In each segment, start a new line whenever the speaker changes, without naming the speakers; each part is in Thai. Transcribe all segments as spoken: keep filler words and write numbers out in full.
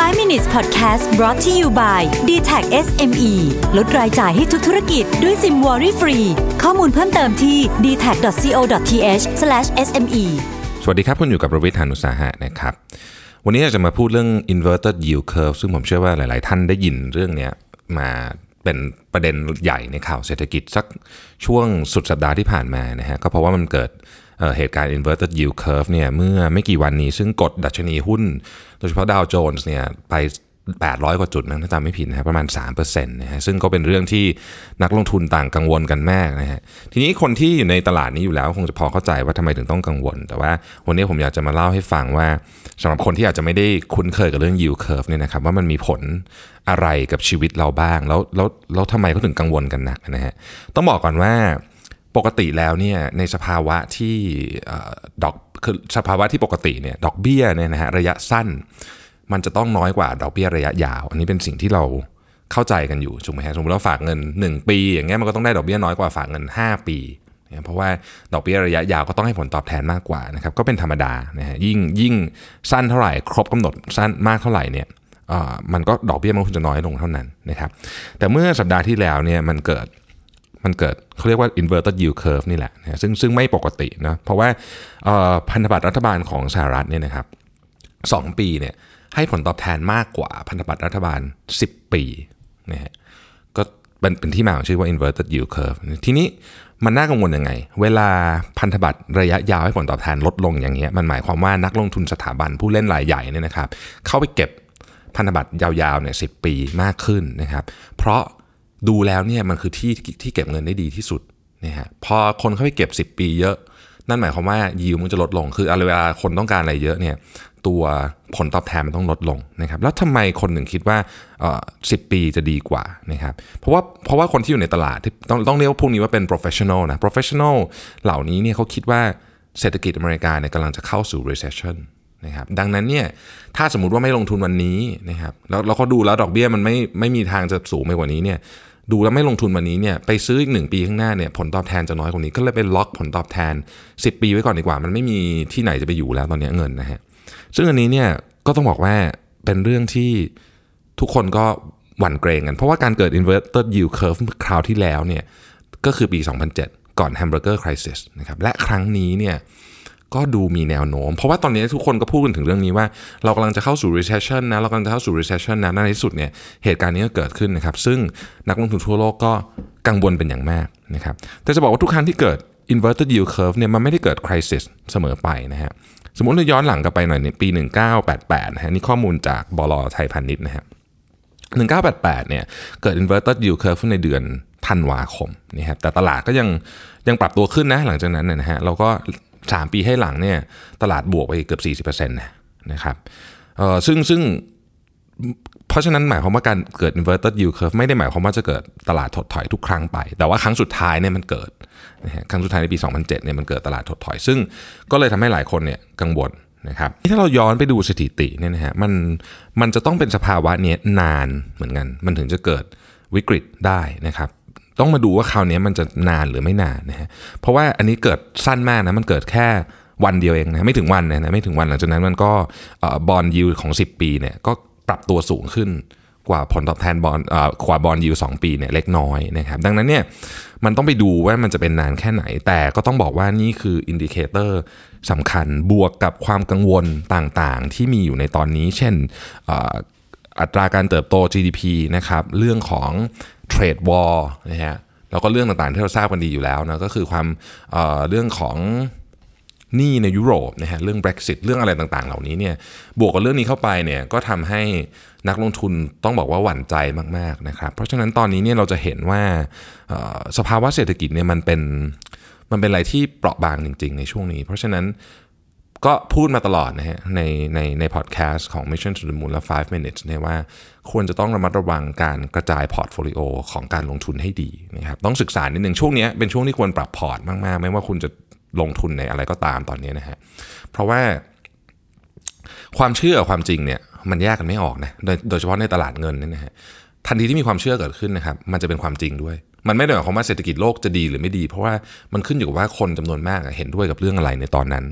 ไฟว์ minutes podcast brought to you by ดี แท็ก เอส เอ็ม อี ลดรายจ่ายให้ทุกธุรกิจด้วยซิมวอรี่ฟรีข้อมูลเพิ่มเติมที่ ดี แท็ก ดอท ซี โอ ดอท ที เอช สแลช เอส เอ็ม อี
สวัสดีครับคุณอยู่กับประวิทย์ หาญอุตสาหะนะครับวันนี้จะมาพูดเรื่อง inverted yield curve ซึ่งผมเชื่อว่าหลายๆท่านได้ยินเรื่องนี้มาเป็นประเด็นใหญ่ในข่าวเศรษฐกิจสักช่วงสุดสัปดาห์ที่ผ่านมานะฮะก็เพราะว่ามันเกิดเอ่อเหตุการณ์ inverted yield curve เนี่ยเมื่อไม่กี่วันนี้ซึ่งกดดัชนีหุ้นโดยเฉพาะดาวโจนส์เนี่ยไปแปดร้อยกว่าจุดนะถ้าจำไม่ผิดนะฮะประมาณ สามเปอร์เซ็นต์ นะฮะซึ่งก็เป็นเรื่องที่นักลงทุนต่างกังวลกันมากนะฮะทีนี้คนที่อยู่ในตลาดนี้อยู่แล้วคงจะพอเข้าใจว่าทำไมถึงต้องกังวลแต่ว่าวันนี้ผมอยากจะมาเล่าให้ฟังว่าสำหรับคนที่อาจจะไม่ได้คุ้นเคยกับเรื่อง yield curve เนี่ยนะครับว่ามันมีผลอะไรกับชีวิตเราบ้างแล้วแล้วแล้วทำไมเขาถึงกังวลกันนักนะฮะต้องบอกก่อนว่าปกติแล้วเนี่ยในสภาวะที่ดอกคือสภาวะที่ปกติเนี่ยดอกเบี้ยเนี่ยนะฮะระยะสั้นมันจะต้องน้อยกว่าดอกเบี้ยระยะยาวอันนี้เป็นสิ่งที่เราเข้าใจกันอยู่ถูกไหมฮะสมมติว่าฝากเงินหนึ่งปีอย่างเงี้ยมันก็ต้องได้ดอกเบี้ยน้อยกว่าฝากเงินห้าปีนะเพราะว่าดอกเบี้ยระยะยาวก็ต้องให้ผลตอบแทนมากกว่านะครับก็เป็นธรรมดานะฮะยิ่งยิ่งสั้นเท่าไหร่ครบกำหนดสั้นมากเท่าไหร่เนี่ยอ่ามันก็ดอกเบี้ยมันควรจะน้อยลงเท่านั้นนะครับแต่เมื่อสัปดาห์ที่แล้วเนี่ยมันเกิดมันเกิดเขาเรียกว่า inverted yield curve นี่แหละนะซึ่งซึ่งไม่ปกตินะเพราะว่าพันธบัตรรัฐบาลของสหรัฐเนี่ยนะครับสองปีเนี่ยให้ผลตอบแทนมากกว่าพันธบัตรรัฐบาลสิบปีนะฮะก็เป็นเป็นที่มาของชื่อว่า inverted yield curve ทีนี้มันน่ากังวลยังไงเวลาพันธบัตรระยะยาวให้ผลตอบแทนลดลงอย่างเงี้ยมันหมายความว่านักลงทุนสถาบันผู้เล่นรายใหญ่เนี่ยนะครับเข้าไปเก็บพันธบัตรยาวๆเนี่ยสิบปีมากขึ้นนะครับเพราะดูแล้วเนี่ยมันคือที่ที่เก็บเงินได้ดีที่สุดนะฮะพอคนเข้าไปเก็บสิบปีเยอะนั่นหมายความว่ายิวมันจะลดลงคือเวลาคนต้องการอะไรเยอะเนี่ยตัวผลตอบแทนมันต้องลดลงนะครับแล้วทำไมคนหนึ่งคิดว่าเอ่อสิบปีจะดีกว่านะครับเพราะว่าเพราะว่าคนที่อยู่ในตลาดที่ต้องต้องเรียกว่าพวกนี้ว่าเป็น professional นะ professional เหล่านี้เนี่ยเขาคิดว่าเศรษฐกิจอเมริกาเนี่ยกำลังจะเข้าสู่ recession นะครับดังนั้นเนี่ยถ้าสมมุติว่าไม่ลงทุนวันนี้นะครับแล้วเราก็ดูแล้วดอกเบี้ยมันไม่ไม่มีทางจะสูงไปกว่านี้เนี่ยดูแล้วไม่ลงทุนวันนี้เนี่ยไปซื้ออีกหนึ่งปีข้างหน้าเนี่ยผลตอบแทนจะน้อยกว่านี้ก็เลยไปล็อกผลตอบแทนสิบปีไว้ก่อนดีกว่ามันไม่มีที่ไหนจะไปอยู่แล้วตอนนี้เงินนะฮะซึ่งอันนี้เนี่ยก็ต้องบอกว่าเป็นเรื่องที่ทุกคนก็หวั่นเกรงกันเพราะว่าการเกิด inverted yield curve คราวที่แล้วเนี่ยก็คือปีสองพันเจ็ดก่อน hamburger crisis นะครับและครั้งนี้เนี่ยก็ดูมีแนวโน้มเพราะว่าตอนนี้ทุกคนก็พูดกันถึงเรื่องนี้ว่าเรากำลังจะเข้าสู่ recession นะเรากำลังจะเข้าสู่ recession นะในที่สุดเนี่ยเหตุการณ์นี้ก็เกิดขึ้นนะครับซึ่งนักลงทุนทั่วโลกก็กังวลเป็นอย่างมากนะครับแต่จะบอกว่าทุกครั้งที่เกิด inverted yield curve เนี่ยมันไม่ได้เกิด crisis เสมอไปนะฮะสมมุติเราย้อนหลังกลับไปหน่อยในปีหนึ่งพันเก้าร้อยแปดสิบแปดนะฮะนี่ข้อมูลจากบล.ไทยพาณิชย์นะฮะหนึ่งพันเก้าร้อยแปดสิบแปดเนี่ยเกิด inverted yield curve ในเดือนธันวาคมนี่ครับแต่ตลาดก็ยังยังปรับตัวขึ้นนะหลังจากนั้นนะฮะเราก็สามปีให้หลังเนี่ยตลาดบวกไปเกือบ สี่สิบเปอร์เซ็นต์ นะนะครับเอ่อซึ่งซึ่งเพราะฉะนั้นหมายความว่าการเกิด inverted yield curve ไม่ได้หมายความว่าจะเกิดตลาดถดถอยทุกครั้งไปแต่ว่าครั้งสุดท้ายเนี่ยมันเกิดนะฮะครั้งสุดท้ายในปีสองพันเจ็ดเนี่ยมันเกิดตลาดถดถอยซึ่งก็เลยทำให้หลายคนเนี่ยกังวลนะครับถ้าเราย้อนไปดูสถิติเนี่ยนะฮะมันมันจะต้องเป็นสภาวะนี้นานเหมือนกันมันถึงจะเกิดวิกฤตได้นะครับต้องมาดูว่าคราวนี้มันจะนานหรือไม่นานนะฮะเพราะว่าอันนี้เกิดสั้นมากนะมันเกิดแค่วันเดียวเองนะไม่ถึงวันนะไม่ถึงวันหลังจากนั้นมันก็บอนด์ยิลด์ของสิบปีเนี่ยก็ปรับตัวสูงขึ้นกว่าผลตอบแทนบอนด์กว่าบอนด์ยิลด์สองปีเนี่ยเล็กน้อยนะครับดังนั้นเนี่ยมันต้องไปดูว่ามันจะเป็นนานแค่ไหนแต่ก็ต้องบอกว่านี่คืออินดิเคเตอร์สำคัญบวกกับความกังวลต่างๆที่มีอยู่ในตอนนี้เช่นอัตราการเติบโต จี ดี พี นะครับเรื่องของเทรดวอร์นะฮะแล้วก็เรื่องต่างๆที่เราทราบกันดีอยู่แล้วนะก็คือความ เอ่อ เรื่องของหนี้ในยุโรปนะฮะเรื่อง Brexit เรื่องอะไรต่างๆเหล่านี้เนี่ยบวกกับเรื่องนี้เข้าไปเนี่ยก็ทำให้นักลงทุนต้องบอกว่าหวั่นใจมากๆนะครับเพราะฉะนั้นตอนนี้เนี่ยเราจะเห็นว่าสภาวะเศรษฐกิจเนี่ยมันเป็นมันเป็นอะไรที่เปราะบางจริงๆในช่วงนี้เพราะฉะนั้นก็พูดมาตลอดนะฮะในในในพอดแคสต์ของ Mission to the Moon และ ไฟว์ minutes เนี่ยว่าควรจะต้องระมัดระวังการกระจายพอร์ตโฟลิโอของการลงทุนให้ดีนะครับต้องศึกษานิดนึงช่วงนี้เป็นช่วงที่ควรปรับพอร์ตมากๆไม่ว่าคุณจะลงทุนในอะไรก็ตามตอนนี้นะฮะเพราะว่าความเชื่อกับความจริงเนี่ยมันแยกกันไม่ออกนะโดยโดยเฉพาะในตลาดเงินเนี่ยนะฮะทันทีที่มีความเชื่อเกิดขึ้นนะครับมันจะเป็นความจริงด้วยมันไม่ได้หมายความว่าเศรษฐกิจโลกจะดีหรือไม่ดีเพราะว่ามันขึ้นอยู่กับว่าคนจำนวนมากเห็นด้วยกับเรื่องอะไรในตอนนั้น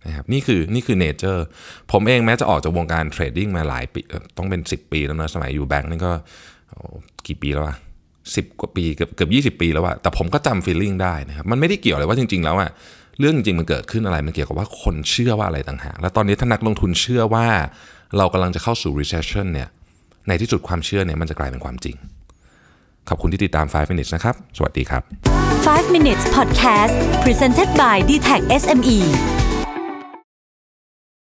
นะครับนี่คือนี่คือเนเจอร์ผมเองแม้จะออกจากวงการเทรดดิ้งมาหลายปีต้องเป็นสิบปีแล้วนะสมัยอยู่แบงก์นี่ก็กี่ปีแล้วอะสิบกว่าปีเกือบเกือบยี่สิบปีแล้วอะแต่ผมก็จำฟีลลิ่งได้นะครับมันไม่ได้เกี่ยวเลยว่าจริงๆแล้วอะเรื่องจริงมันเกิดขึ้นอะไรมันเกี่ยวกับว่าคนเชื่อว่าอะไรต่างหากแล้วตอนนี้ถ้านักลงทุนเชื่อว่าเรากำลังจะเข้าสู่ recession เนี่ยในที่สุดความเชื่อเนี่ยมันจะกลายเป็นความจริงขอบคุณที่ติดตามไฟว์ minutes นะครับสวัสดีครับ
ไฟว์ minutes podcast presented by ดี ที เอ ซี เอส เอ็ม อี